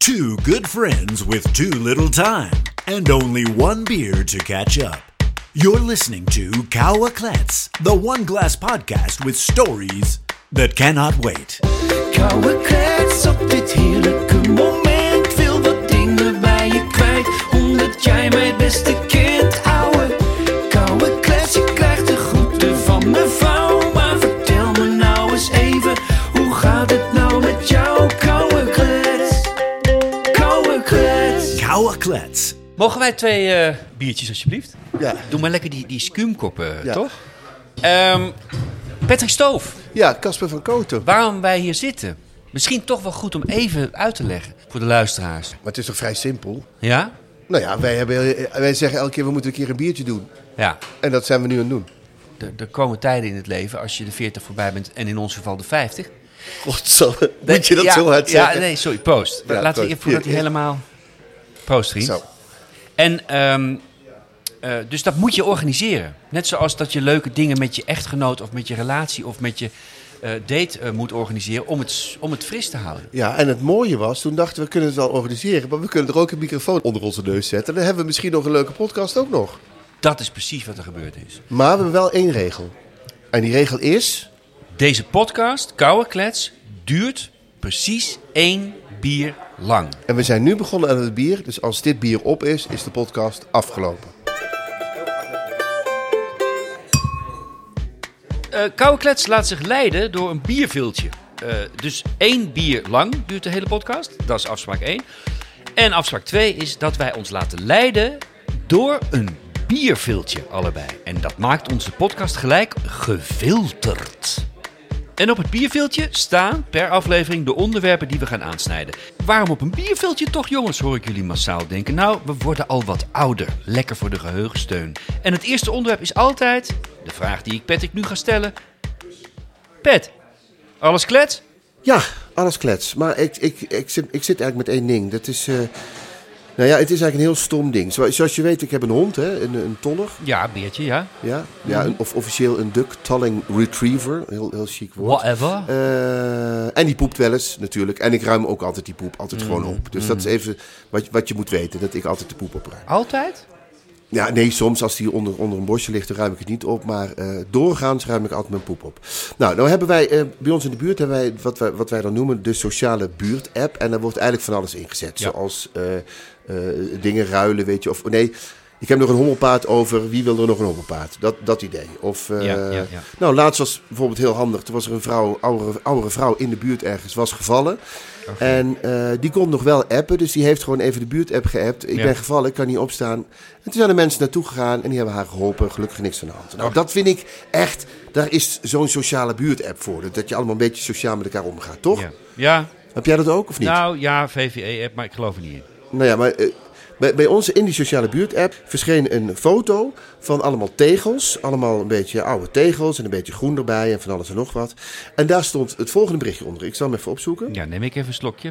Two good friends with too little time and only one beer to catch up. You're listening to Kouwe Klets, the One Glass podcast with stories that cannot wait. Kouwe Klets op dit heerlijke moment. Wil wat dingen bij je kwijt, omdat jij mijn beste kind. Ouwe Kouwe Klets, je krijgt de groeten van mijn vrouw. Maar vertel me nou eens even, hoe gaat het nou met jou? Kouwe Klets, Kouwe Klets. Kouwe Klets. Mogen wij 2 biertjes alsjeblieft? Ja. Doe maar lekker die schuimkoppen, Ja. toch? Patrick Stoof, Ja, Casper van Koten. waarom wij hier zitten. Misschien toch wel goed om even uit te leggen voor de luisteraars. Maar het is toch vrij simpel? Ja? Nou ja, wij zeggen elke keer, we moeten een keer een biertje doen. Ja. En dat zijn we nu aan het doen. Er komen tijden in het leven, als je de 40 voorbij bent en in ons geval de 50. Godsamme, moet je dat zo hard zeggen? Ja, nee, sorry, proost. Ja, Laten we proost. voordat hij Hier. helemaal... Proost, vriend. Zo. En dus dat moet je organiseren. Net zoals dat je leuke dingen met je echtgenoot of met je relatie of met je date moet organiseren om het fris te houden. Ja, en het mooie was, toen dachten we kunnen het wel organiseren, maar we kunnen er ook een microfoon onder onze neus zetten. Dan hebben we misschien nog een leuke podcast ook nog. Dat is precies wat er gebeurd is. Maar we hebben wel één regel. En die regel is... Deze podcast, Kouwe Klets, duurt precies 1 bier lang. En we zijn nu begonnen aan het bier, dus als dit bier op is, is de podcast afgelopen. Kouwe Klets laat zich leiden door een bierviltje. Dus 1 bier lang duurt de hele podcast. Dat is afspraak 1. En afspraak 2 is dat wij ons laten leiden door een bierviltje allebei. En dat maakt onze podcast gelijk gefilterd. En op het bierviltje staan per aflevering de onderwerpen die we gaan aansnijden. Waarom op een bierviltje toch, jongens, hoor ik jullie massaal denken. Nou, we worden al wat ouder. Lekker voor de geheugensteun. En het eerste onderwerp is altijd de vraag die ik Patrick nu ga stellen. Pet, alles klets? Ja, alles klets. Maar ik zit eigenlijk met één ding. Dat is... Nou ja, het is eigenlijk een heel stom ding. Zoals je weet, ik heb een hond, hè, een toller. Ja, beertje, ja. Ja, of officieel een Duck Talling Retriever. Heel chic woord. Whatever. En die poept wel eens, natuurlijk. En ik ruim ook altijd die poep gewoon op. Dus dat is even wat je moet weten, dat ik altijd de poep opruim. Altijd? Ja, nee, soms als die onder een bosje ligt, dan ruim ik het niet op. Maar doorgaans ruim ik altijd mijn poep op. Nou hebben wij bij ons in de buurt hebben wij wat wij dan noemen de sociale buurt-app. En daar wordt eigenlijk van alles ingezet. Ja. Zoals dingen ruilen, weet je. Of nee, ik heb nog een hobbelpaard over. Wie wil er nog een hobbelpaard? Dat idee. Of, Ja. Nou, laatst was bijvoorbeeld heel handig. Er was er een oudere vrouw in de buurt ergens, was gevallen. Okay. En die kon nog wel appen, dus die heeft gewoon even de buurt-app geappt. Ik ben gevallen, ik kan niet opstaan. En toen zijn de mensen naartoe gegaan en die hebben haar geholpen. Gelukkig niks aan de hand. Nou, dat vind ik echt, daar is zo'n sociale buurt-app voor. Dat je allemaal een beetje sociaal met elkaar omgaat, toch? Ja. Heb jij dat ook of niet? Nou ja, VVE-app, maar ik geloof er niet in. Nou ja, maar bij ons in die sociale buurt-app verscheen een foto van allemaal tegels. Allemaal een beetje oude tegels en een beetje groen erbij en van alles en nog wat. En daar stond het volgende berichtje onder. Ik zal hem even opzoeken. Ja, neem ik even een slokje.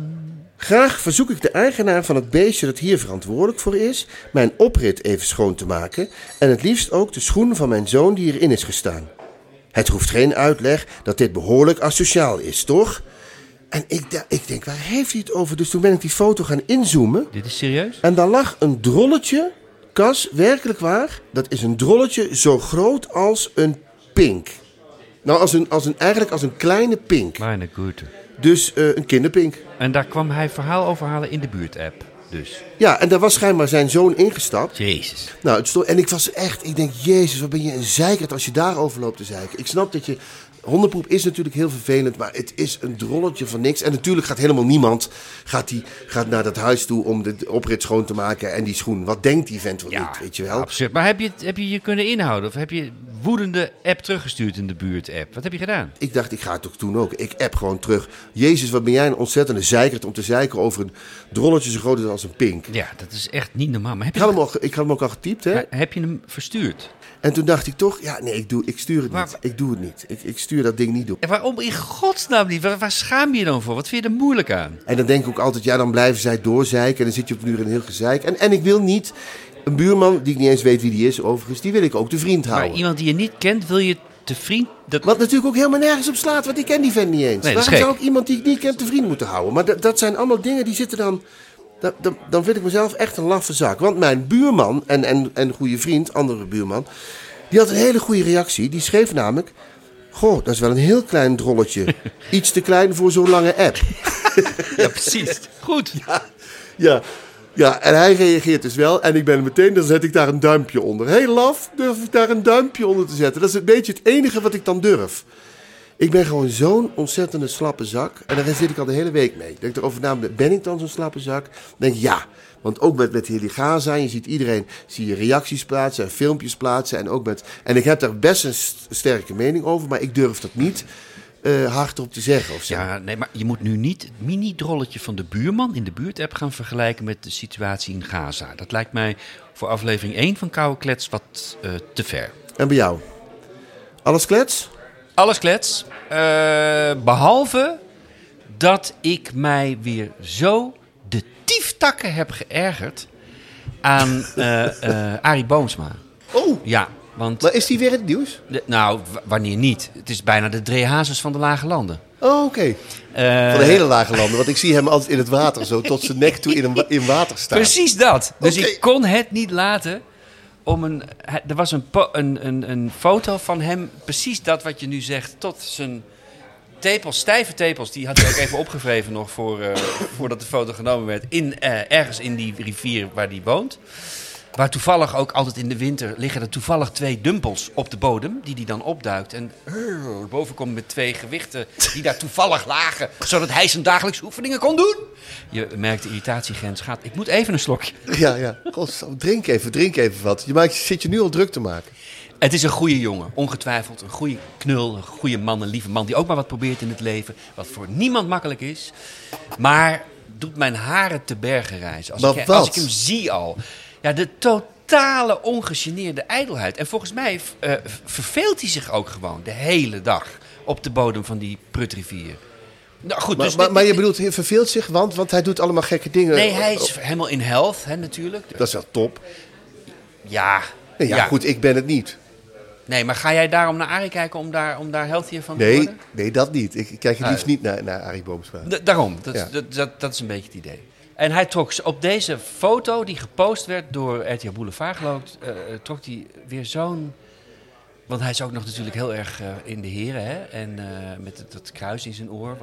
Graag verzoek ik de eigenaar van het beestje dat hier verantwoordelijk voor is, mijn oprit even schoon te maken. En het liefst ook de schoen van mijn zoon die erin is gestaan. Het hoeft geen uitleg dat dit behoorlijk asociaal is, toch? En ik denk, waar heeft hij het over? Dus toen ben ik die foto gaan inzoomen. Dit is serieus? En daar lag een drolletje. Cas, werkelijk waar. Dat is een drolletje zo groot als een pink. Nou, eigenlijk als een kleine pink. Meine Güte. Dus een kinderpink. En daar kwam hij verhaal over halen in de buurt-app. Dus. Ja, en daar was schijnbaar zijn zoon ingestapt. Jezus. Nou, en ik was echt, ik denk, jezus, wat ben je een zeikert als je daarover loopt te zeiken. Ik snap dat je... Hondenpoep is natuurlijk heel vervelend, maar het is een drolletje van niks. En natuurlijk gaat helemaal niemand gaat naar dat huis toe om de oprit schoon te maken en die schoen. Wat denkt die vent wel niet, weet je wel? Absurd. Maar heb je je kunnen inhouden? Of heb je woedende app teruggestuurd in de buurt-app? Wat heb je gedaan? Ik dacht, ik ga het ook doen ook. Ik app gewoon terug. Jezus, wat ben jij een ontzettende zeikert om te zeiken over een drolletje zo groot als een pink. Ja, dat is echt niet normaal. Maar Ik had hem ook al getypt, hè? Heb je hem verstuurd? En toen dacht ik toch, ja, nee, ik stuur het niet. Ik doe het niet. Ik stuur dat ding niet op. En waarom in godsnaam niet? Waar schaam je je dan voor? Wat vind je er moeilijk aan? En dan denk ik ook altijd, ja, dan blijven zij doorzeiken. En dan zit je op een uur in een heel gezeik. En ik wil niet een buurman, die ik niet eens weet wie die is overigens, die wil ik ook de vriend houden. Maar iemand die je niet kent, wil je te vriend... Wat natuurlijk ook helemaal nergens op slaat, want ik ken die vent niet eens. Nee, dat is Waarom zou gek. ik iemand die ik niet ken te vriend moeten houden? Maar dat zijn allemaal dingen die zitten dan... Dan vind ik mezelf echt een laffe zak. Want mijn buurman en goede vriend, andere buurman... die had een hele goede reactie. Die schreef namelijk... Goh, dat is wel een heel klein drolletje. Iets te klein voor zo'n lange app. Ja, precies. Goed. Ja, en hij reageert dus wel. En ik ben meteen, dan zet ik daar een duimpje onder. Heel laf, durf ik daar een duimpje onder te zetten. Dat is een beetje het enige wat ik dan durf. Ik ben gewoon zo'n ontzettende slappe zak. En daar zit ik al de hele week mee. Ik denk erover na, ben ik dan zo'n slappe zak? Dan denk ik, ja. Want ook met die Gaza, je ziet iedereen, zie je reacties plaatsen en filmpjes plaatsen. En ik heb daar best een sterke mening over, maar ik durf dat niet hardop te zeggen of zo. Ja, nee, maar je moet nu niet het mini-drolletje van de buurman in de buurtapp gaan vergelijken met de situatie in Gaza. Dat lijkt mij voor aflevering 1 van Koude Klets wat te ver. En bij jou? Alles klets? Alles klets. Behalve dat ik mij weer zo de tieftakken heb geërgerd aan Arie Boomsma. Oh, Ja, want... maar is die weer in het nieuws? Wanneer niet? Het is bijna de Dree Hazes van de Lage Landen. Oh, oké. Van de hele lage landen. Want ik zie hem altijd in het water, zo tot zijn nek toe in water staan. Precies dat. Dus Oké. ik kon het niet laten om er was een foto van hem, precies dat wat je nu zegt, tot zijn tepels, stijve tepels. Die had hij ook even opgevreven nog voordat de foto genomen werd. Ergens in die rivier waar hij woont. Waar toevallig ook altijd in de winter liggen er toevallig 2 dumpels op de bodem. Die dan opduikt. En boven komt met 2 gewichten die daar toevallig lagen. Zodat hij zijn dagelijkse oefeningen kon doen. Je merkt de irritatiegrens gaat. Ik moet even een slokje. Ja. God, drink even wat. Zit je nu al druk te maken? Het is een goede jongen, ongetwijfeld. Een goede knul, een goede man, een lieve man. Die ook maar wat probeert in het leven. Wat voor niemand makkelijk is. Maar doet mijn haren te bergen reizen. Als ik hem zie al. Ja, de totale ongegeneerde ijdelheid. En volgens mij verveelt hij zich ook gewoon de hele dag op de bodem van die prutrivier. Nou, goed, Maar je bedoelt, hij verveelt zich, want hij doet allemaal gekke dingen. Nee, hij is helemaal in health, hè, natuurlijk. Dat is wel top. Ja. Nee, ja, goed, ik ben het niet. Nee, maar ga jij daarom naar Arie kijken om daar healthier van te worden? Nee, dat niet. Ik kijk het liefst niet naar Arie Boomsma. Daarom, Ja. dat is een beetje het idee. En hij trok op deze foto die gepost werd door RTL Boulevard, geloof ik, trok hij weer zo'n... Want hij is ook nog natuurlijk heel erg in de heren, hè? En met dat kruis in zijn oor.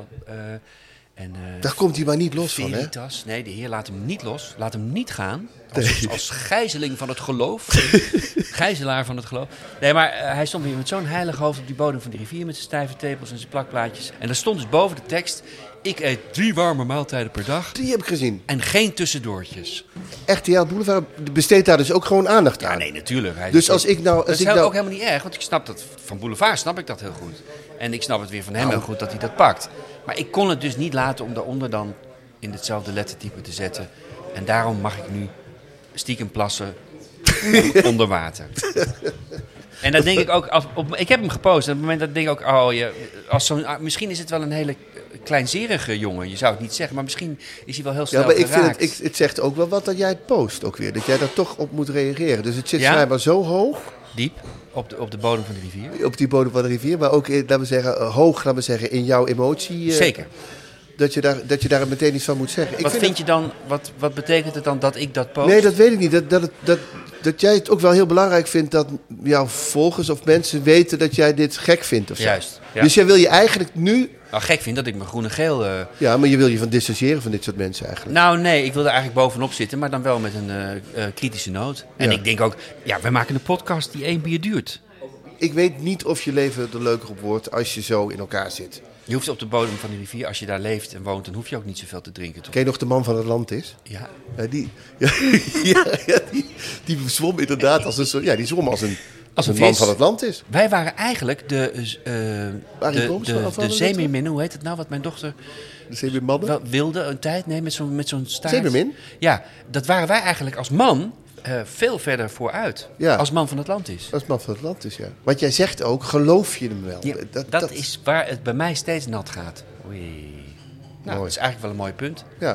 Daar komt hij maar niet los van, hè? Veritas. Nee, de Heer laat hem niet los. Laat hem niet gaan. Als gijzeling van het geloof. Gijzelaar van het geloof. Nee, maar hij stond weer met zo'n heilig hoofd op die bodem van die rivier met zijn stijve tepels en zijn plakplaatjes. En daar stond dus boven de tekst: ik eet 3 warme maaltijden per dag. Die heb ik gezien. En geen tussendoortjes. RTL Boulevard besteedt daar dus ook gewoon aandacht Ja, aan. nee, natuurlijk. Dus als ik nou... Dat is ook helemaal niet erg, want ik snap dat van Boulevard snap ik dat heel goed. En ik snap het weer van hem heel goed dat hij dat pakt. Maar ik kon het dus niet laten om daaronder dan in hetzelfde lettertype te zetten. En daarom mag ik nu stiekem plassen onder water. En dan denk ik ook, ik heb hem gepost. En op het moment dat denk ik ook, misschien is het wel een hele kleinzerige jongen. Je zou het niet zeggen, maar misschien is hij wel heel snel Ja, maar ik geraakt. vind het zegt ook wel wat dat jij het post ook weer. Dat jij daar toch op moet reageren. Dus het zit schijnbaar zo hoog. Diep, op de bodem van de rivier. Op die bodem van de rivier. Maar ook, laten we zeggen, hoog, laten we zeggen, in jouw emotie. Zeker. Dat je daar meteen iets van moet zeggen. Wat vind je dan, wat betekent het dan dat ik dat post? Nee, dat weet ik niet. Dat jij het ook wel heel belangrijk vindt dat jouw volgers of mensen weten dat jij dit gek vindt of zo. Juist, ja. Dus jij wil je eigenlijk nu... Nou, gek vind dat ik me groen en geel... Ja, maar je wil je van distancieren van dit soort mensen eigenlijk. Nou, nee, ik wil er eigenlijk bovenop zitten, maar dan wel met een kritische noot. En Ja. ik denk ook, wij maken een podcast die 1 bier duurt. Ik weet niet of je leven er leuker op wordt als je zo in elkaar zit. Je hoeft op de bodem van die rivier, als je daar leeft en woont, dan hoef je ook niet zoveel te drinken, toch? Ken je nog de man van het land is? Ja. Die zwom inderdaad als een soort... Ja, die zwom als een vis. man van het land is. Wij waren eigenlijk de zeemeermin, hoe heet het nou, wat mijn dochter De zeemeermannen? wel wilde een tijd, nee, met zo'n staart. Zeemeermin? Ja, dat waren wij eigenlijk als man veel verder vooruit. Ja. Als man van het land is. Als man van het land is, ja. Want jij zegt ook, geloof je hem wel? Ja, dat is waar het bij mij steeds nat gaat. Oei. Nou, dat is eigenlijk wel een mooi punt. Ja.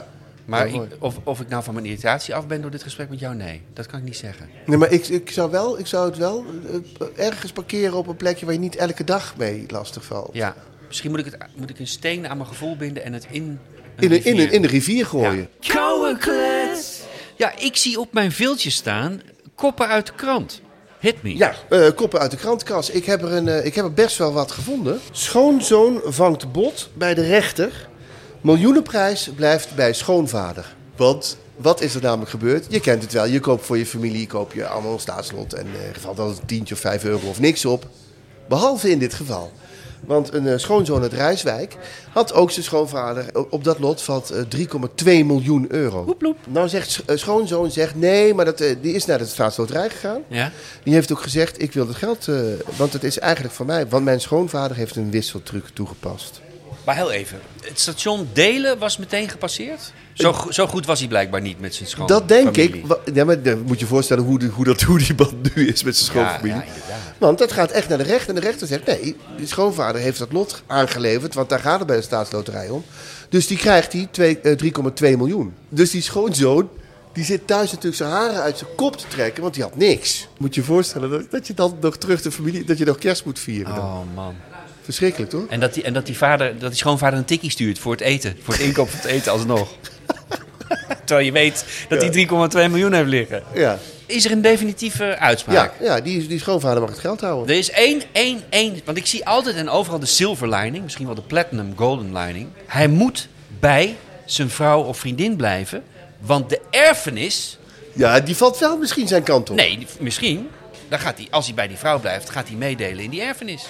Maar Ja, mooi. of ik nou van mijn irritatie af ben door dit gesprek met jou, nee. Dat kan ik niet zeggen. Nee, maar ik zou het wel ergens parkeren op een plekje waar je niet elke dag mee lastig valt. Ja, misschien moet ik een steen aan mijn gevoel binden en het in In de rivier gooien. Koude klets. Ja, ik zie op mijn viltje staan koppen uit de krant. Hit me. Ja, koppen uit de krantenkast. Ik heb er best wel wat gevonden. Schoonzoon vangt bot bij de rechter. Miljoenenprijs blijft bij schoonvader. Want wat is er namelijk gebeurd? Je kent het wel. Je koopt voor je familie allemaal een staatslot. En er valt dan een tientje of €5 of niks op. Behalve in dit geval. Want een schoonzoon uit Rijswijk had ook zijn schoonvader. Op dat lot valt €3,2 miljoen. Hoep, loep. Nou zegt schoonzoon nee, maar die is naar de staatsloterij gegaan. Ja? Die heeft ook gezegd, ik wil dat geld, want het is eigenlijk van mij. Want mijn schoonvader heeft een wisseltruc toegepast. Maar heel even. Het station Delen was meteen gepasseerd? Zo goed was hij blijkbaar niet met zijn schoonfamilie. Dat denk ik. Ja, maar dan moet je je voorstellen hoe die band nu is met zijn schoonfamilie. Ja, inderdaad. Want dat gaat echt naar de rechter. En de rechter zegt, nee, de schoonvader heeft dat lot aangeleverd. Want daar gaat het bij de staatsloterij om. Dus die krijgt hij 3,2 miljoen. Dus die schoonzoon, die zit thuis natuurlijk zijn haren uit zijn kop te trekken. Want die had niks. Moet je je voorstellen dat je dan nog terug de familie, dat je nog kerst moet vieren. Dan. Oh man. Verschrikkelijk, toch? En dat die schoonvader een tikkie stuurt voor het eten. Voor het inkoop van het eten alsnog. Terwijl je weet dat hij 3,2 miljoen heeft liggen. Ja. Is er een definitieve uitspraak? Ja, die schoonvader mag het geld houden. Er is één. Want ik zie altijd en overal de silver lining. Misschien wel de platinum golden lining. Hij moet bij zijn vrouw of vriendin blijven. Want de erfenis... Ja, die valt wel misschien zijn kant op. Nee, misschien. Dan gaat hij, als hij bij die vrouw blijft, gaat hij meedelen in die erfenis.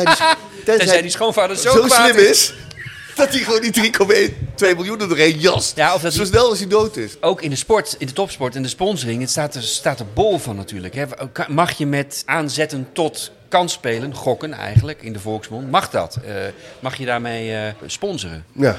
Tenzij die schoonvader zo kwaad slim is dat hij gewoon die 3,2 miljoen er doorheen jast. Ja, of dat zo hij- snel als hij dood is. Ook in de sport, in de topsport en de sponsoring, het staat er bol van natuurlijk. Hè. Mag je met aanzetten tot kansspelen, gokken eigenlijk, in de volksmond, mag dat? Mag je daarmee sponsoren? Ja.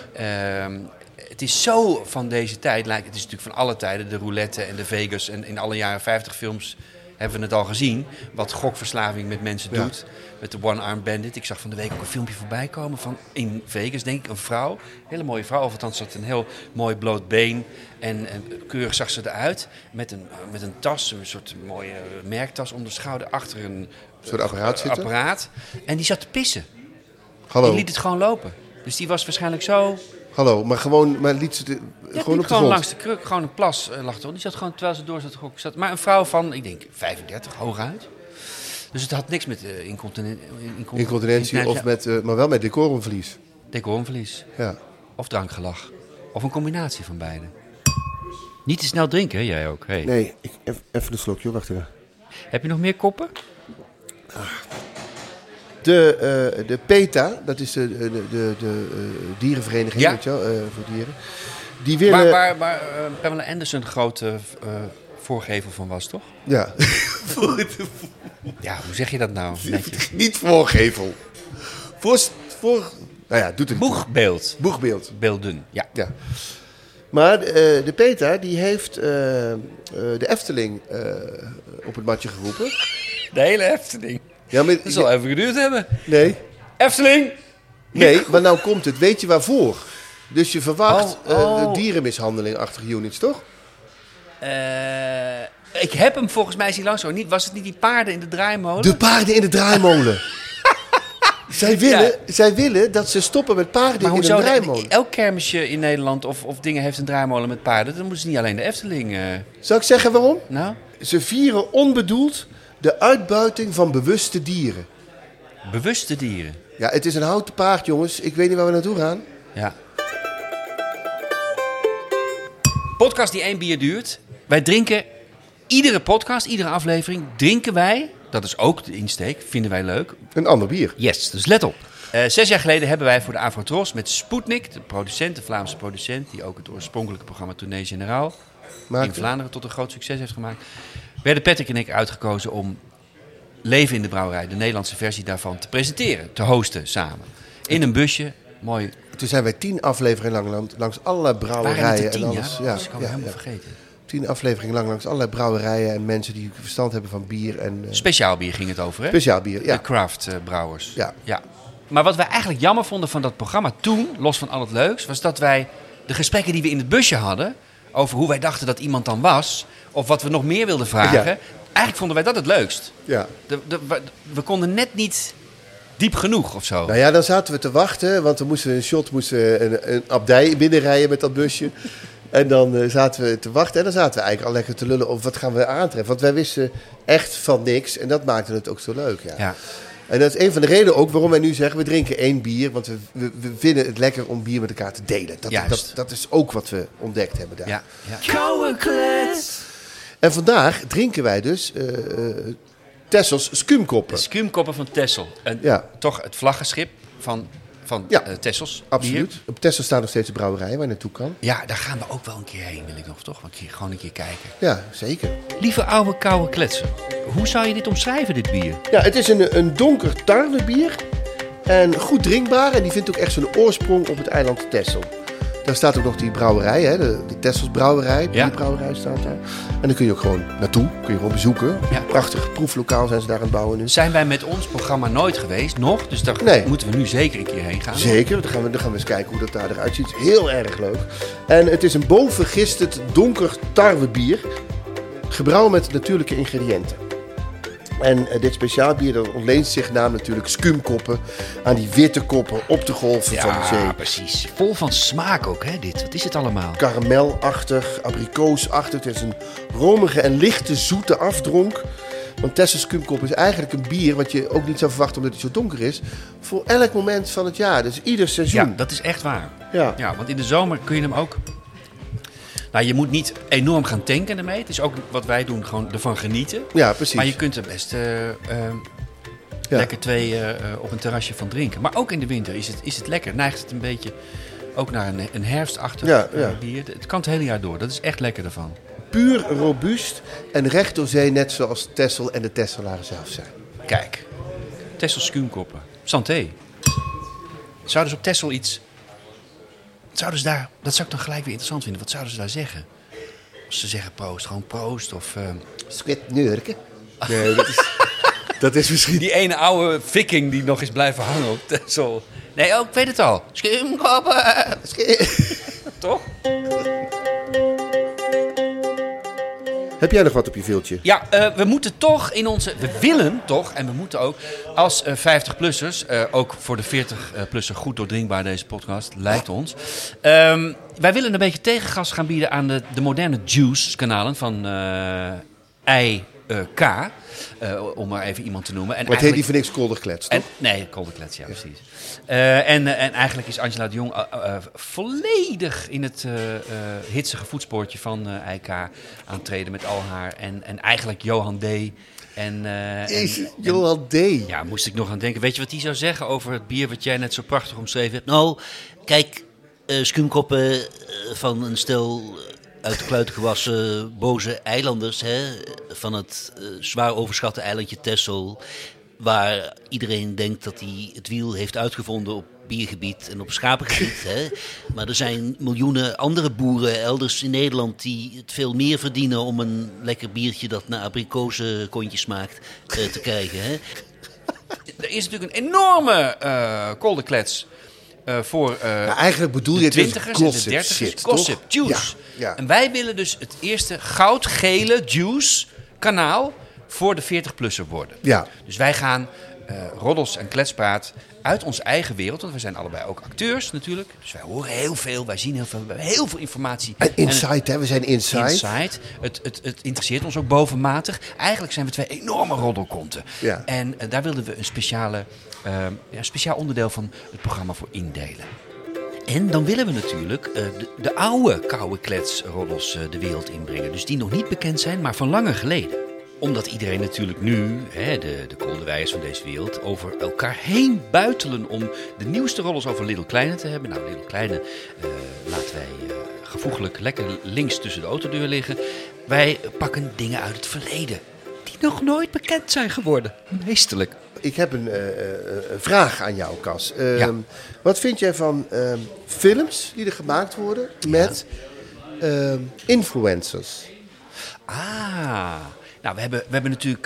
Het is zo van deze tijd, het is natuurlijk van alle tijden, de roulette en de Vegas. En in alle jaren 50 films hebben we het al gezien, wat gokverslaving met mensen doet. Met de One-Armed Bandit. Ik zag van de week ook een filmpje voorbij komen van in Vegas, denk ik, een vrouw. Een hele mooie vrouw, of althans had een heel mooi bloot been. En keurig zag ze eruit. Met een tas, een soort mooie merktas om de schouder, achter een Zo'n apparaat zitten. apparaat. En die zat te pissen. Hallo. Die liet het gewoon lopen. Dus die was waarschijnlijk zo... Hallo, maar liet ze gewoon op de gewoon grond. langs de kruk, gewoon een plas lag er. Die zat gewoon, terwijl ze door zat te gokken. Maar een vrouw van, ik denk, 35, hooguit. Dus het had niks met Incontinentie of maar wel met decorumverlies. decorumverlies. Ja. Of drankgelach. Of een combinatie van beide. Niet te snel drinken, hè? Jij ook. Hey. Nee, even een slokje, wacht even. Heb je nog meer koppen? De PETA, dat is de dierenvereniging, Ja. weet je wel, voor dieren. Die willen... Waar Pamela Anderson grote voorgever van was, toch? Ja. Ja, hoe zeg je dat nou? Netjes. Niet voorgevel. Nou ja, doet het. Boegbeeld. Boegbeeld. Beelden, ja. Ja. Maar de PETA, die heeft de Efteling op het matje geroepen. De hele Efteling. Ja, maar, Dat zal even geduurd hebben. nee, Efteling! maar nou komt het. Weet je waarvoor? Dus je verwacht dierenmishandeling-achtige units, toch? Ik heb hem volgens mij zien langs. Was het niet die paarden in de draaimolen? De paarden in de draaimolen. Zij willen dat ze stoppen met paarden Maar in de hoezo? draaimolen. Elk kermisje in Nederland of dingen heeft een draaimolen met paarden. Dan moeten ze niet alleen de Efteling... Zal ik zeggen waarom? Nou, Ze vieren onbedoeld de uitbuiting van bewuste dieren. bewuste dieren. Ja, het is een houten paard, jongens. Ik weet niet waar we naartoe gaan. Ja. Podcast die 1 bier duurt. Wij drinken iedere podcast, iedere aflevering, drinken wij. Dat is ook de insteek, vinden wij leuk. Een ander bier. Yes, dus let op. 6 jaar geleden hebben wij voor de Avrotros met Sputnik, de producent, de Vlaamse producent, die ook het oorspronkelijke programma Tournee Generaal in Vlaanderen tot een groot succes heeft gemaakt, werden Patrick en ik uitgekozen om Leven in de Brouwerij, de Nederlandse versie daarvan, te presenteren, te hosten samen. In een busje, mooi. Toen zijn wij 10 afleveringen lang langs allerlei brouwerijen Waren het er 10, en alles. ja? Dat is ik al helemaal vergeten. 10 afleveringen lang langs allerlei brouwerijen en mensen die verstand hebben van bier en Speciaal bier ging het over, hè? speciaal bier. Ja. De craft brouwers. Ja. Maar wat wij eigenlijk jammer vonden van dat programma toen, los van al het leuks, was dat wij de gesprekken die we in het busje hadden... over hoe wij dachten dat iemand dan was... of wat we nog meer wilden vragen... Ja. Eigenlijk vonden wij dat het leukst. Ja. We konden net niet diep genoeg of zo. Nou ja, dan zaten we te wachten, want we moesten een abdij binnenrijden met dat busje. En dan zaten we te wachten en dan zaten we eigenlijk al lekker te lullen over wat gaan we aantreffen. Want wij wisten echt van niks en dat maakte het ook zo leuk. Ja. Ja. En dat is een van de redenen ook waarom wij nu zeggen, we drinken 1 bier. Want we vinden het lekker om bier met elkaar te delen. Dat is ook wat we ontdekt hebben daar. Ja. Koude klets. En vandaag drinken wij dus Texels skumkoppen. De skumkoppen van Texel. En Ja. toch het vlaggenschip van Ja, Texels. Absoluut. Bier. Op Texel staat nog steeds de brouwerij waar je naartoe kan. Ja, daar gaan we ook wel een keer heen, wil ik nog, toch? Gewoon een keer kijken. Ja, zeker. Lieve oude koude kletsen. Hoe zou je dit omschrijven, dit bier? Ja, het is een donker tarwebier. En goed drinkbaar. En die vindt ook echt zijn oorsprong op het eiland Texel. Daar staat ook nog die brouwerij, hè, de Texels brouwerij. Ja. Die brouwerij staat daar. En dan kun je ook gewoon naartoe. Kun je gewoon bezoeken. Ja. Prachtig proeflokaal zijn ze daar aan het bouwen nu. Zijn wij met ons programma nooit geweest, nog? Dus daar Nee. moeten we nu zeker een keer heen gaan. Zeker, dan gaan we eens kijken hoe dat daar eruit ziet. Heel erg leuk. En het is een bovenvergisterd donker tarwebier. Gebrouwen met natuurlijke ingrediënten. En dit speciaal bier dat ontleent zich naam natuurlijk skumkoppen aan die witte koppen op de golven van de zee. Ja, precies. Vol van smaak ook, hè, dit. Wat is het allemaal? Karamelachtig, abrikoosachtig. Het is een romige en lichte zoete afdronk. Want Texels skumkop is eigenlijk een bier wat je ook niet zou verwachten omdat het zo donker is. Voor elk moment van het jaar, dus ieder Ja, seizoen. dat is echt waar. Ja. Ja, want in de zomer kun je hem ook... Nou, je moet niet enorm gaan tanken ermee. Het is ook wat wij doen, gewoon ervan genieten. Ja, precies. Maar je kunt er best lekker 2 op een terrasje van drinken. Maar ook in de winter is het lekker. Neigt het een beetje ook naar een herfstachtig Ja. bier. Het kan het hele jaar door. Dat is echt lekker ervan. Puur robuust en recht door zee, net zoals Texel en de Texelaren zelf zijn. Kijk, Texels skumkoppen. Santé. Zouden ze op Texel iets... Zouden ze daar... Dat zou ik dan gelijk weer interessant vinden. Wat zouden ze daar zeggen? Als ze zeggen proost, gewoon proost of... Squitneurken. Nee, dat is misschien... Die ene oude viking die nog is blijven hangen op Texel. Nee, ik weet het al. Skumkoppen. Toch? Heb jij nog wat op je viltje? Ja, we moeten toch in onze... We willen toch, en we moeten ook, als 50-plussers... ook voor de 40-plusser goed doordringbaar deze podcast, lijkt ons. Wij willen een beetje tegengas gaan bieden aan de moderne Juice-kanalen van IK. Om maar even iemand te noemen. En Wat heet die voor niks Kolderklets, toch? Nee, Kolderklets, ja, precies. En eigenlijk is Angela de Jong volledig in het hitsige voetspoortje van IK aantreden met al haar. En eigenlijk Johan D. Johan D. Ja, moest ik nog aan denken. Weet je wat hij zou zeggen over het bier wat jij net zo prachtig omschreven hebt? Nou, kijk, skumkoppen van een stel... uit de kluiten gewassen boze eilanders, hè, van het zwaar overschatte eilandje Texel, waar iedereen denkt dat hij het wiel heeft uitgevonden op biergebied en op schapengebied. Hè. Maar er zijn miljoenen andere boeren elders in Nederland die het veel meer verdienen om een lekker biertje dat naar abrikozenkontje smaakt te krijgen. Hè. Er is natuurlijk een enorme kolderklets. Voor eigenlijk bedoel je de het 20ers gossip en de 30ers. shit, Gossip, toch? juice. Ja. En wij willen dus het eerste goudgele juice kanaal voor de 40-plusser worden. Ja. Dus wij gaan roddels en kletspraat uit onze eigen wereld. Want we zijn allebei ook acteurs natuurlijk. Dus wij horen heel veel, wij zien heel veel, we hebben heel veel informatie. En insight, hè? We zijn inside. Insight. Het interesseert ons ook bovenmatig. Eigenlijk zijn we 2 enorme roddelkonten. Ja. En daar wilden we een speciaal onderdeel van het programma voor indelen. En dan willen we natuurlijk de oude koude kletsroddels de wereld inbrengen. Dus die nog niet bekend zijn, maar van langer geleden. Omdat iedereen natuurlijk nu, de Kolderwijers van deze wereld, over elkaar heen buitelen om de nieuwste roddels over Little Kleine te hebben. Nou, Little Kleine laten wij gevoeglijk lekker links tussen de autodeur liggen. Wij pakken dingen uit het verleden die nog nooit bekend zijn geworden. Meesterlijk. Ik heb een vraag aan jou, Cas. Ja. Wat vind jij van films die er gemaakt worden met influencers? Ah, Nou, we hebben natuurlijk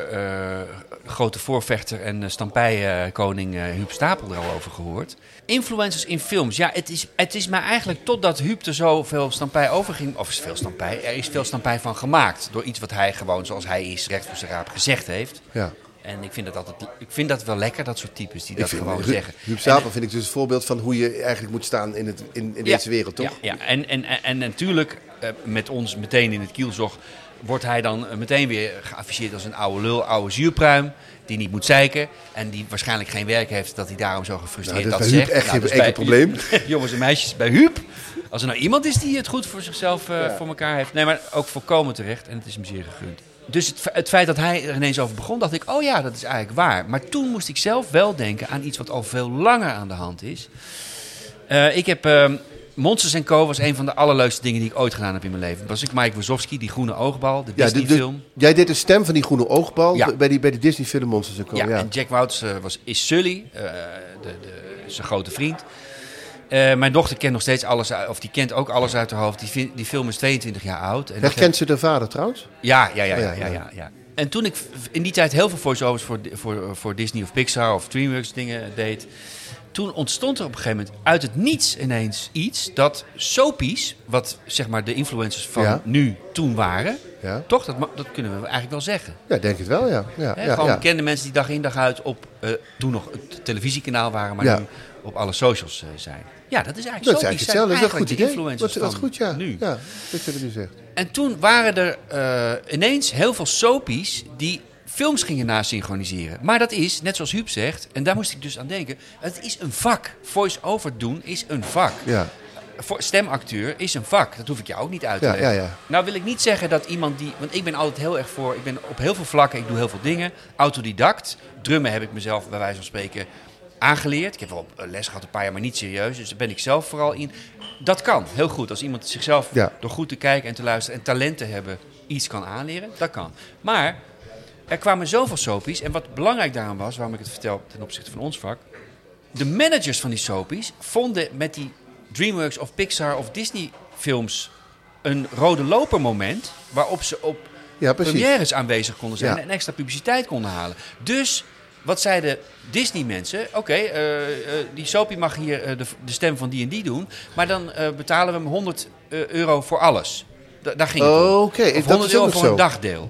grote voorvechter en stampijkoning Huub Stapel er al over gehoord. Influencers in films. Ja, het is maar eigenlijk totdat Huub er zoveel stampij over ging. Of veel stampij. Er is veel stampij van gemaakt. Door iets wat hij gewoon, zoals hij is, recht voor zijn raap gezegd heeft. Ja. En ik vind dat wel lekker, dat soort types die dat gewoon zeggen. Huub Stapel vind ik dus een voorbeeld van hoe je eigenlijk moet staan in deze wereld, toch? Ja. En natuurlijk, met ons meteen in het kielzog, wordt hij dan meteen weer geafficheerd als een oude lul, oude zuurpruim, die niet moet zeiken en die waarschijnlijk geen werk heeft, dat hij daarom zo gefrustreerd dat zegt. Echt geen enkel probleem. Jongens en meisjes, bij Huub, als er nou iemand is die het goed voor zichzelf voor elkaar heeft, nee, maar ook volkomen terecht en het is hem zeer gegund. Dus het feit dat hij er ineens over begon, dacht ik, oh ja, dat is eigenlijk waar. Maar toen moest ik zelf wel denken aan iets wat al veel langer aan de hand is. Ik heb Monsters & Co. was een van de allerleukste dingen die ik ooit gedaan heb in mijn leven. Dat was ik Mike Wazowski, die groene oogbal, de Disney-film. Jij deed de stem van die groene oogbal bij de Disney-film Monsters & Co. Ja, en Jack Wouters is Sully, zijn grote vriend. Mijn dochter kent nog steeds alles, of die kent ook alles uit haar hoofd. Die film is 22 jaar oud. En herkent ze de vader trouwens? Ja. En toen ik in die tijd heel veel voice-overs voor Disney of Pixar of DreamWorks dingen deed, toen ontstond er op een gegeven moment uit het niets ineens iets dat soapies, wat zeg maar de influencers van toen waren, toch? Dat kunnen we eigenlijk wel zeggen. Ja, denk het wel, ja. Gewoon bekende mensen die dag in dag uit op toen nog het televisiekanaal waren, maar nu op alle socials zijn. Ja, dat is eigenlijk soapies. Dat is eigenlijk hetzelfde. Dat is een goed influencers dat is goed, ja. Nu. Ja, dat je het nu zegt. En toen waren er ineens heel veel soapies die films gingen nasynchroniseren. Maar dat is, net zoals Huub zegt, en daar moest ik dus aan denken, het is een vak. Voice-over doen is een vak. Ja. Stemacteur is een vak. Dat hoef ik je ook niet uit te leggen. Ja. Nou wil ik niet zeggen dat iemand die, want ik ben altijd heel erg voor, ik ben op heel veel vlakken, ik doe heel veel dingen, autodidact. Drummen heb ik mezelf bij wijze van spreken aangeleerd. Ik heb wel les gehad een paar jaar, maar niet serieus. Dus daar ben ik zelf vooral in. Dat kan, heel goed. Als iemand zichzelf door goed te kijken en te luisteren en talent te hebben iets kan aanleren, dat kan. Maar er kwamen zoveel soapies. En wat belangrijk daaraan was, waarom ik het vertel ten opzichte van ons vak, de managers van die soapies vonden met die DreamWorks of Pixar of Disney films een rode loper moment waarop ze op premières aanwezig konden zijn en extra publiciteit konden halen. Dus wat zeiden Disney-mensen? Oké, die soapie mag hier de stem van die en die doen, maar dan betalen we hem €100 voor alles. Daar ging het om. Oké, of €100 voor een dagdeel.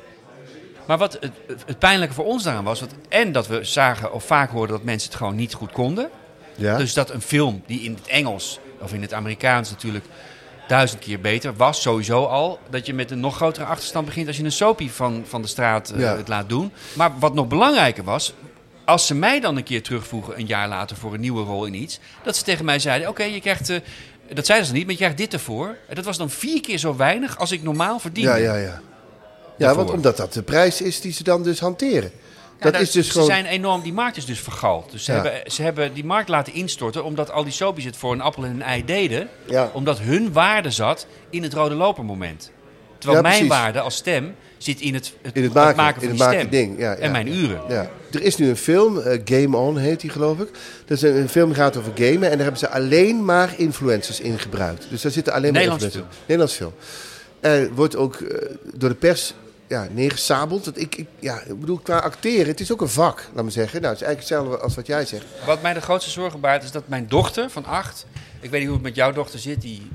Maar wat het pijnlijke voor ons daaraan was, dat we zagen of vaak hoorden dat mensen het gewoon niet goed konden. Ja. Dus dat een film die in het Engels of in het Amerikaans natuurlijk 1000 keer beter was, sowieso al, dat je met een nog grotere achterstand begint als je een soapie van de straat het laat doen. Maar wat nog belangrijker was, als ze mij dan een keer terugvoegen een jaar later voor een nieuwe rol in iets, dat ze tegen mij zeiden, oké, je krijgt, dat zeiden ze niet, maar je krijgt dit ervoor. En dat was dan 4 keer zo weinig als ik normaal verdiende. Ja, want omdat dat de prijs is die ze dan dus hanteren. Dat is dus gewoon... zijn enorm, die markt is dus vergald. Dus ze hebben die markt laten instorten omdat al die soapies het voor een appel en een ei deden. Ja. Omdat hun waarde zat in het rode lopermoment. Terwijl mijn waarde als stem zit in het maken van die stem. Ding. En mijn uren. Ja. Er is nu een film, Game On heet die geloof ik. Dat is een film die gaat over gamen en daar hebben ze alleen maar influencers in gebruikt. Dus daar zitten alleen maar influencers. Nederlands film. Wordt ook door de pers neergesabeld. Ik bedoel, qua acteren, het is ook een vak, laat me zeggen. Nou, het is eigenlijk hetzelfde als wat jij zegt. Wat mij de grootste zorgen baart is dat mijn dochter van 8... Ik weet niet hoe het met jouw dochter zit, die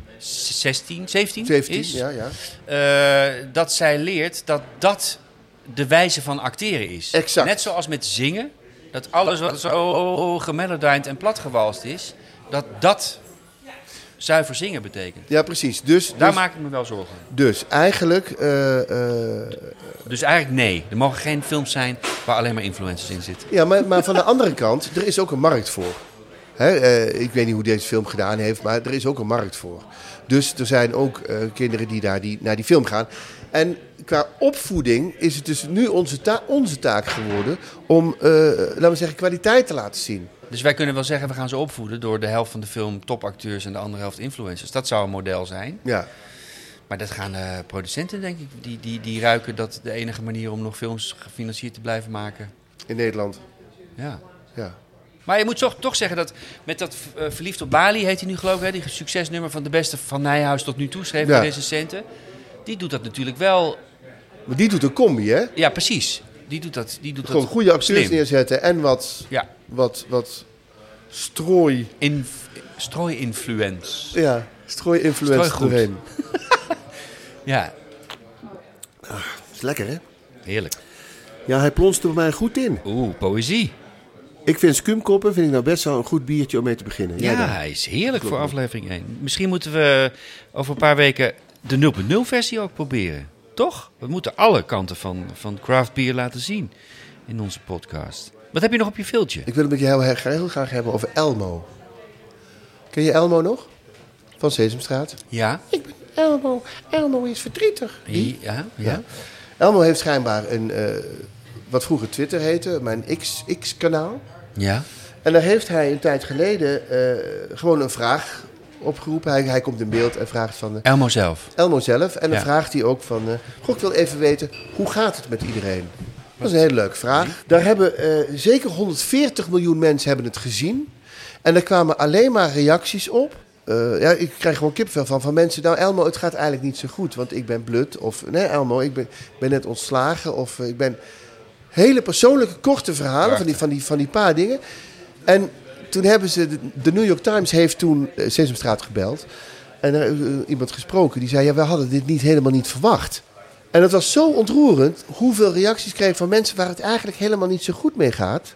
17 is. Dat zij leert dat de wijze van acteren is. Exact. Net zoals met zingen. Dat alles wat zo gemelodijnd en platgewalst is, dat zuiver zingen betekent. Ja, precies. Daar maak ik me wel zorgen om. Dus eigenlijk... Dus eigenlijk nee. Er mogen geen films zijn waar alleen maar influencers in zitten. Ja, maar van de andere kant, er is ook een markt voor. Ik weet niet hoe deze film gedaan heeft, maar er is ook een markt voor. Dus er zijn ook kinderen die naar die film gaan. En qua opvoeding is het dus nu onze taak geworden om, laten we zeggen, kwaliteit te laten zien. Dus wij kunnen wel zeggen, we gaan ze opvoeden door de helft van de film topacteurs en de andere helft influencers. Dat zou een model zijn. Ja. Maar dat gaan producenten, denk ik, die ruiken dat de enige manier om nog films gefinancierd te blijven maken. In Nederland. Ja. Maar je moet toch zeggen dat met dat Verliefd op Bali, heet hij nu geloof ik, die succesnummer van de beste van Nijhuis tot nu toe, schreef de recensenten. Die doet dat natuurlijk wel Maar die doet een combi, hè? Ja, precies. Die doet dat Gewoon goede acteurs slim. neerzetten en wat strooi... Strooi-influence. Ja, strooi-influence Strooigoed. doorheen. Ja, Is lekker, hè? heerlijk. Ja, hij plonst er bij mij goed in. Oeh, poëzie. Ik vind Skumkoppen vind ik nou best wel een goed biertje om mee te beginnen. Jij Ja, dan? hij is heerlijk voor aflevering 1. Misschien moeten we over een paar weken de 0.0 versie ook proberen. Toch? We moeten alle kanten van craft beer laten zien in onze podcast. Wat heb je nog op je viltje? Ik wil het met je heel graag hebben over Elmo. Ken je Elmo nog? Van Sesamstraat. Ja? Ik ben Elmo. Elmo is verdrietig. Ja. Elmo heeft schijnbaar een, wat vroeger Twitter heette, mijn X-kanaal. Ja. En daar heeft hij een tijd geleden gewoon een vraag opgeroepen. Hij komt in beeld en vraagt van Elmo zelf. Elmo zelf. En dan Ja. vraagt hij ook van, goh, ik wil even weten, hoe gaat het met iedereen? Dat is een hele leuke vraag. Daar hebben zeker 140 miljoen mensen hebben het gezien. En er kwamen alleen maar reacties op. Ja, ik krijg gewoon kipvel van mensen. Nou, Elmo, het gaat eigenlijk niet zo goed, want ik ben blut. Of, nee, Elmo, ik ben net ontslagen. Of ik ben... Hele persoonlijke, korte verhalen van die paar dingen. En toen hebben ze... De New York Times heeft toen Sesamstraat gebeld. En er iemand gesproken die zei... Ja, we hadden dit helemaal niet verwacht. En het was zo ontroerend hoeveel reacties kreeg van mensen waar het eigenlijk helemaal niet zo goed mee gaat.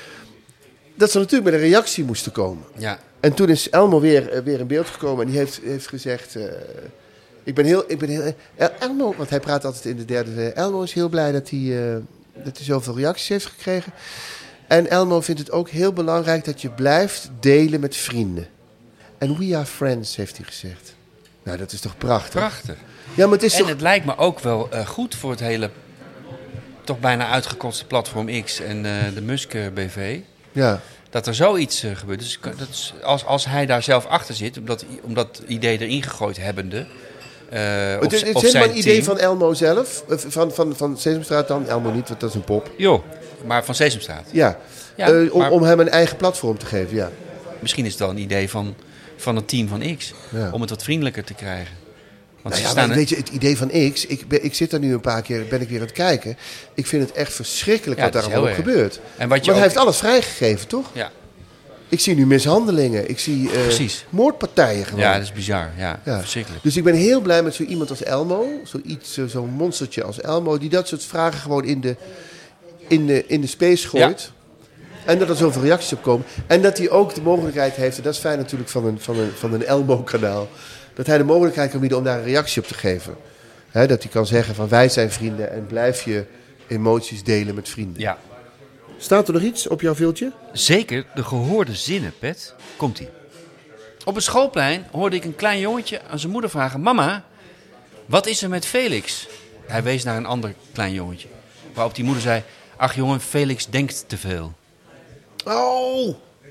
Dat ze natuurlijk met een reactie moesten komen. Ja. En toen is Elmo weer in beeld gekomen en die heeft gezegd... Ik ben heel Elmo, want hij praat altijd in de derde... Elmo is heel blij dat hij zoveel reacties heeft gekregen. En Elmo vindt het ook heel belangrijk dat je blijft delen met vrienden. En we are friends, heeft hij gezegd. Nou, dat is toch prachtig? Prachtig. Ja, maar het is En toch... het lijkt me ook wel goed voor het hele... toch bijna uitgekotste platform X en de Musk BV... Ja. dat er zoiets gebeurt. Dus als hij daar zelf achter zit, om dat idee erin gegooid hebbende... Het is helemaal een idee van Elmo zelf. Van Sesamstraat dan. Elmo niet, want dat is een pop. Jo, maar van Sesamstraat. Ja, Ja, maar- om hem een eigen platform te geven, ja. Misschien is het wel een idee van het team van X. Ja. Om het wat vriendelijker te krijgen. Want Nou ze ja, staan maar weet je, het idee van X... Ik zit daar nu een paar keer, ben ik weer aan het kijken. Ik vind het echt verschrikkelijk Ja, wat het daar is allemaal heel gebeurt. En wat je Maar ook- hij heeft alles vrijgegeven, toch? Ja. Ik zie nu mishandelingen. Ik zie Precies. moordpartijen gewoon. Ja, dat is bizar. Ja, Ja. verschrikkelijk. Dus ik ben heel blij met zo iemand als Elmo. Zo'n monstertje als Elmo. Die dat soort vragen gewoon in de space gooit. En dat er zoveel reacties op komen. En dat hij ook de mogelijkheid heeft. En dat is fijn natuurlijk van een Elmo-kanaal. Dat hij de mogelijkheid kan bieden om daar een reactie op te geven. Hè, dat hij kan zeggen van wij zijn vrienden. En blijf je emoties delen met vrienden. Ja. Staat er nog iets op jouw viltje? Zeker de gehoorde zinnen, Pet. Komt-ie. Op het schoolplein hoorde ik een klein jongetje aan zijn moeder vragen... Mama, wat is er met Felix? Hij wees naar een ander klein jongetje. Waarop die moeder zei... Ach jongen, Felix denkt te veel. Oh,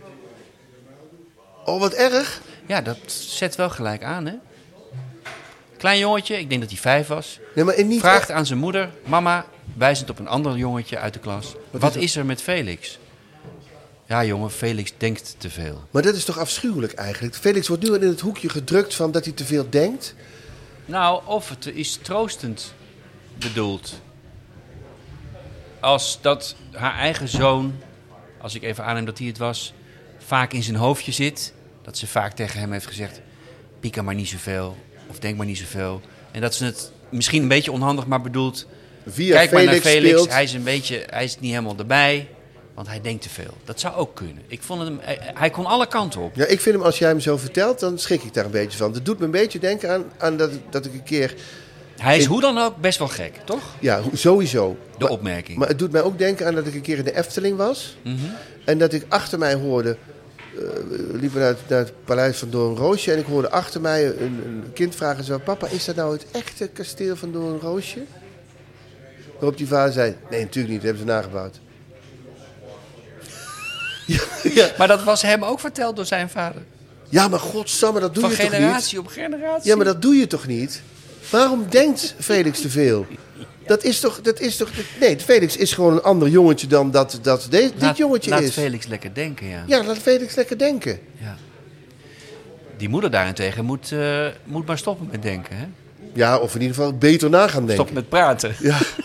wat erg. Ja, dat zet wel gelijk aan, hè? Klein jongetje, ik denk dat hij 5 was... Nee, maar niet vraagt aan zijn moeder... Mama, wijzend op een ander jongetje uit de klas... Wat is er met Felix? Ja, jongen, Felix denkt te veel. Maar dat is toch afschuwelijk eigenlijk? Felix wordt nu in het hoekje gedrukt van dat hij te veel denkt. Nou, of het is troostend bedoeld. Als dat haar eigen zoon, als ik even aanneem dat hij het was... vaak in zijn hoofdje zit. Dat ze vaak tegen hem heeft gezegd... Pika maar niet zoveel, of denk maar niet zoveel. En dat ze het misschien een beetje onhandig maar bedoelt... Via Kijk maar naar Felix Felix, speelt. hij is niet helemaal erbij... Want hij denkt te veel. Dat zou ook kunnen. Ik vond hem, hij kon alle kanten op. Ja, ik vind hem, als jij hem zo vertelt, dan schrik ik daar een beetje van. Dat doet me een beetje denken aan dat ik een keer... Hij is hoe dan ook best wel gek, toch? Ja, sowieso. De opmerking. Maar het doet mij ook denken aan dat ik een keer in de Efteling was. En dat ik achter mij hoorde... we liepen naar het paleis van Doornroosje. En ik hoorde achter mij een kind vragen zo... Papa, is dat nou het echte kasteel van Doornroosje? Waarop die vader zei... Nee, natuurlijk niet. Dat hebben ze nagebouwd. Ja. Maar dat was hem ook verteld door zijn vader. Ja, maar godsamme, dat doe Van je toch niet? generatie op generatie. Ja, maar dat doe je toch niet? Waarom denkt Felix te veel? Dat is toch... Nee, Felix is gewoon een ander jongetje dan dat dit jongetje laat is. Felix lekker denken, ja. Ja, laat Felix lekker denken. Ja. Die moeder daarentegen moet maar stoppen met denken, hè? Ja, of in ieder geval beter na gaan denken. Stop met praten. Ja.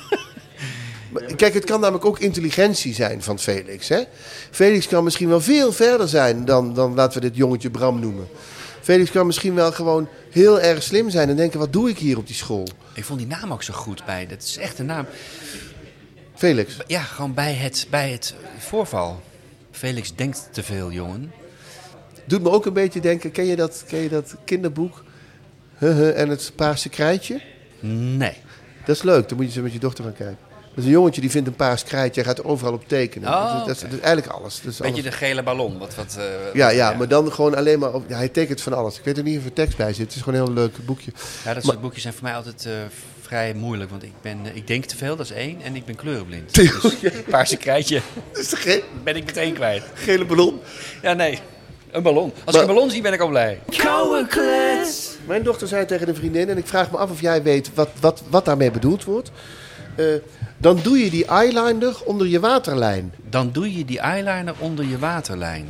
Kijk, het kan namelijk ook intelligentie zijn van Felix. Hè? Felix kan misschien wel veel verder zijn dan laten we dit jongetje Bram noemen. Felix kan misschien wel gewoon heel erg slim zijn en denken, wat doe ik hier op die school? Ik vond die naam ook zo goed bij. Dat is echt een naam. Felix. Ja, gewoon bij het voorval. Felix denkt te veel, jongen. Doet me ook een beetje denken, ken je dat kinderboek? En het paarse krijtje? Nee. Dat is leuk, dan moet je zo met je dochter gaan kijken. Dat is een jongetje die vindt een paars krijtje en gaat overal op tekenen. Oh, dat is eigenlijk alles. Dat is Beetje alles. de gele ballon. Ja, maar dan gewoon alleen maar op... Ja, hij tekent van alles. Ik weet er niet of er tekst bij zit. Het is gewoon een heel leuk boekje. Ja, dat soort boekjes zijn voor mij altijd vrij moeilijk. Want ik denk te veel, dat is 1. En ik ben kleurenblind. Dus paarse krijtje Is er ben ik meteen kwijt. gele ballon? Ja, nee. Een ballon. Als ik een ballon zie, ben ik al blij. Koude klets. Mijn dochter zei tegen een vriendin, en ik vraag me af of jij weet wat daarmee bedoeld wordt. Dan doe je die eyeliner onder je waterlijn. Dan doe je die eyeliner onder je waterlijn.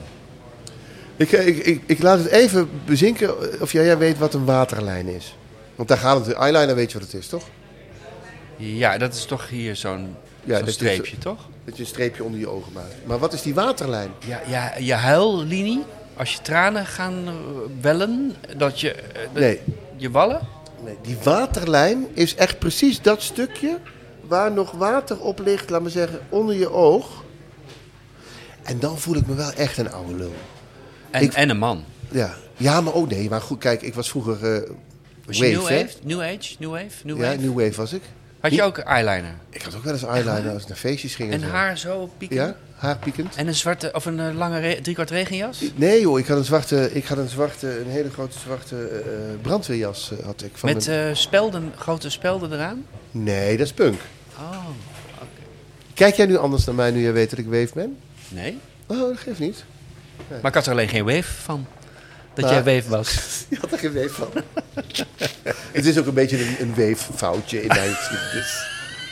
Ik laat het even bezinken of jij weet wat een waterlijn is. Want daar gaat het. Eyeliner weet je wat het is, toch? Ja, dat is toch hier zo'n dat is streepje, toch? Dat je een streepje onder je ogen maakt. Maar wat is die waterlijn? Ja, je huillinie. Als je tranen gaan wellen, dat je... Nee. Je wallen? Nee, die waterlijn is echt precies dat stukje waar nog water op ligt, laat maar zeggen, onder je oog. En dan voel ik me wel echt een oude lul. En een man. Ja, maar nee, maar goed, kijk, ik was vroeger Was je New Wave? Ja, New Wave was ik. Had je ook eyeliner? Ik had ook wel eens eyeliner als ik naar feestjes ging. En zo. haar zo piekend? Ja, haar piekend. En een zwarte, of een lange driekwart regenjas? Nee joh, ik had een hele grote zwarte brandweerjas had ik. Van Met grote spelden eraan? Nee, dat is punk. Oh, oké. Kijk jij nu anders naar mij nu jij weet dat ik Wave ben? Nee. Oh, dat geeft niet. Maar ik had er alleen geen wave van. Dat Maar- jij wave was. Je had er geen Wave van. Het is ook een beetje een Wave-foutje in mijn geschiedenis.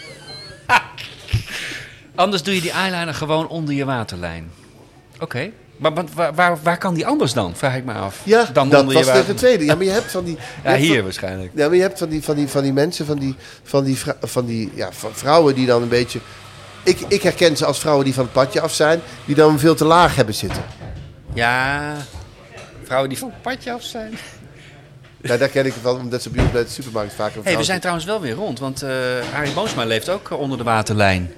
Anders doe je die eyeliner gewoon onder je waterlijn. Oké. Maar waar kan die anders dan? Vraag ik me af. Ja, dan dat onder was je de tweede. Ja, maar je hebt van die... Ja, hier waarschijnlijk. Ja, maar je hebt van die mensen, van die vrouwen die dan een beetje... Ik herken ze als vrouwen die van het padje af zijn, die dan veel te laag hebben zitten. Ja, vrouwen die van het padje af zijn. Ja, daar ken ik het van, omdat ze bij ons bij de supermarkt vaak een Hey, we zijn trouwens wel weer rond, want Arie Boomsma leeft ook onder de waterlijn.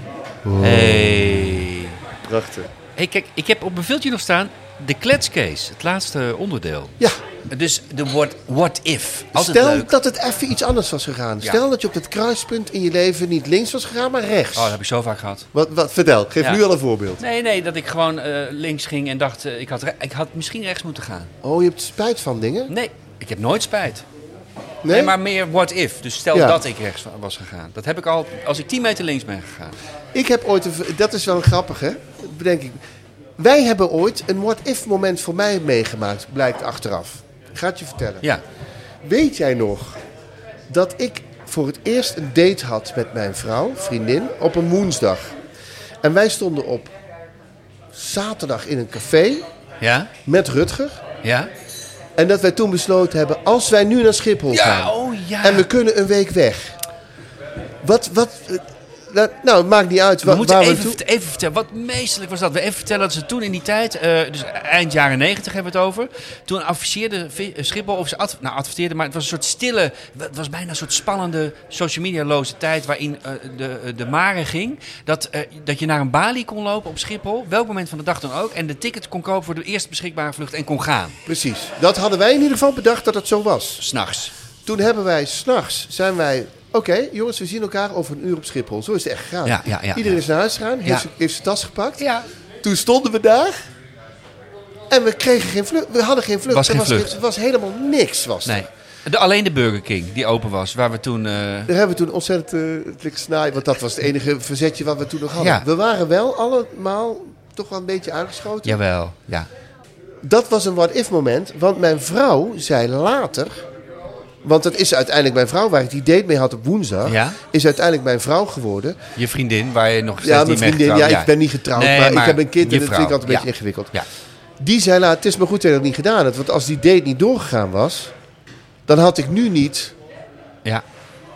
Hey. Prachtig. Hey, kijk, ik heb op mijn viltje nog staan de kletscase, het laatste onderdeel. Ja, Dus de woord what if. Altijd stel leuk. dat het even iets anders was gegaan. Ja. Stel dat je op het kruispunt in je leven niet links was gegaan, maar rechts. Oh, dat heb ik zo vaak gehad. Wat vertel, geef Ja. nu al een voorbeeld. Nee, dat ik gewoon links ging en dacht, ik had misschien rechts moeten gaan. Oh, je hebt spijt van dingen? Nee, ik heb nooit spijt. Nee, maar meer what if. Dus stel Ja. dat ik rechts was gegaan. Dat heb ik al als ik 10 meter links ben gegaan. Ik heb ooit, dat is wel grappig hè, bedenk ik. Wij hebben ooit een what-if moment voor mij meegemaakt, blijkt achteraf. Ik ga het je vertellen. Ja. Weet jij nog dat ik voor het eerst een date had met mijn vrouw, vriendin, op een woensdag. En wij stonden op zaterdag in een café Ja? met Rutger. Ja? En dat wij toen besloten hebben, als wij nu naar Schiphol gaan oh ja. en we kunnen een week weg. Nou, het maakt niet uit We moeten waar we even vertellen, wat meestelijk was dat? We even vertellen dat ze toen in die tijd, dus eind jaren 90 hebben we het over. Toen adviseerde Schiphol, of ze adverteerde, maar het was een soort stille, het was bijna een soort spannende social media-loze tijd waarin de mare ging. Dat je naar een balie kon lopen op Schiphol, welk moment van de dag dan ook. En de ticket kon kopen voor de eerste beschikbare vlucht en kon gaan. Precies. Dat hadden wij in ieder geval bedacht dat het zo was. 's Nachts. Toen hebben wij, 's nachts zijn wij... Oké, jongens, we zien elkaar over een uur op Schiphol. Zo is het echt gegaan. Ja. Iedereen is naar huis gegaan, Ja. heeft zijn tas gepakt. Ja. Toen stonden we daar. En we kregen geen vlucht. We hadden geen vlucht. Was geen vlucht. Er was helemaal niks. Nee. Alleen de Burger King die open was, waar we toen... Daar hebben we toen ontzettend snaaien. Want dat was het enige verzetje wat we toen nog hadden. Ja. We waren wel allemaal toch wel een beetje aangeschoten. Jawel, ja. Dat was een what-if moment. Want mijn vrouw zei later... Want dat is uiteindelijk mijn vrouw, waar ik die date mee had op woensdag... Ja? is uiteindelijk mijn vrouw geworden. Je vriendin, waar je nog steeds Ja, mijn niet mee vriendin. getrouwd... Ja, ik ben niet getrouwd, Nee, maar ik heb een kind je en dat vind ik vrouw. altijd een beetje ingewikkeld. Ja. Die zei laat, het is maar goed dat je dat niet gedaan hebt. Want als die date niet doorgegaan was, dan had ik nu niet Ja.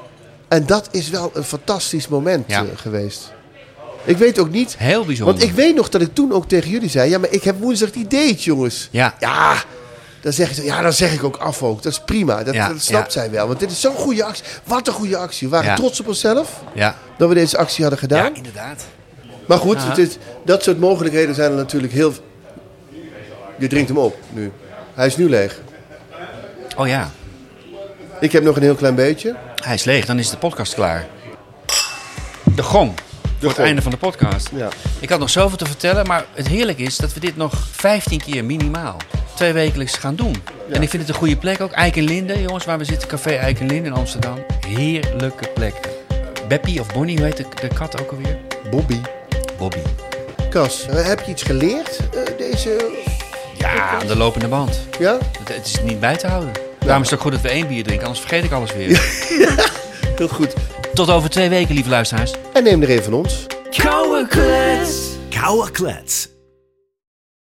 En dat is wel een fantastisch moment geweest. Ik weet ook niet... Heel bijzonder. Want ik weet nog dat ik toen ook tegen jullie zei... Ja, maar ik heb woensdag die date, jongens. Ja. Dan zeg ik ook af ook. Dat is prima. Dat snapt zij wel. Want dit is zo'n goede actie. Wat een goede actie. We waren trots op onszelf. Ja. Dat we deze actie hadden gedaan. Ja, inderdaad. Maar goed, dat soort mogelijkheden zijn er natuurlijk heel... Je drinkt hem op nu. Hij is nu leeg. Oh ja. Ik heb nog een heel klein beetje. Hij is leeg, dan is de podcast klaar. De gong. Voor het einde van de podcast. Ja. Ik had nog zoveel te vertellen, maar het heerlijke is dat we dit nog 15 keer minimaal 2 wekelijks gaan doen. Ja. En ik vind het een goede plek ook. Eik en Linde, jongens, waar we zitten. Café Eik en Linde in Amsterdam. Heerlijke plek. Beppie of Bonnie, hoe heet de kat ook alweer? Bobby. Cas, heb je iets geleerd deze... Ja, aan de lopende band. Ja? Het is niet bij te houden. Daarom is het ook goed dat we 1 bier drinken, anders vergeet ik alles weer. Ja, heel goed. Tot over 2 weken, lieve luisteraars. En neem er een van ons. Koude Klets. Koude Klets.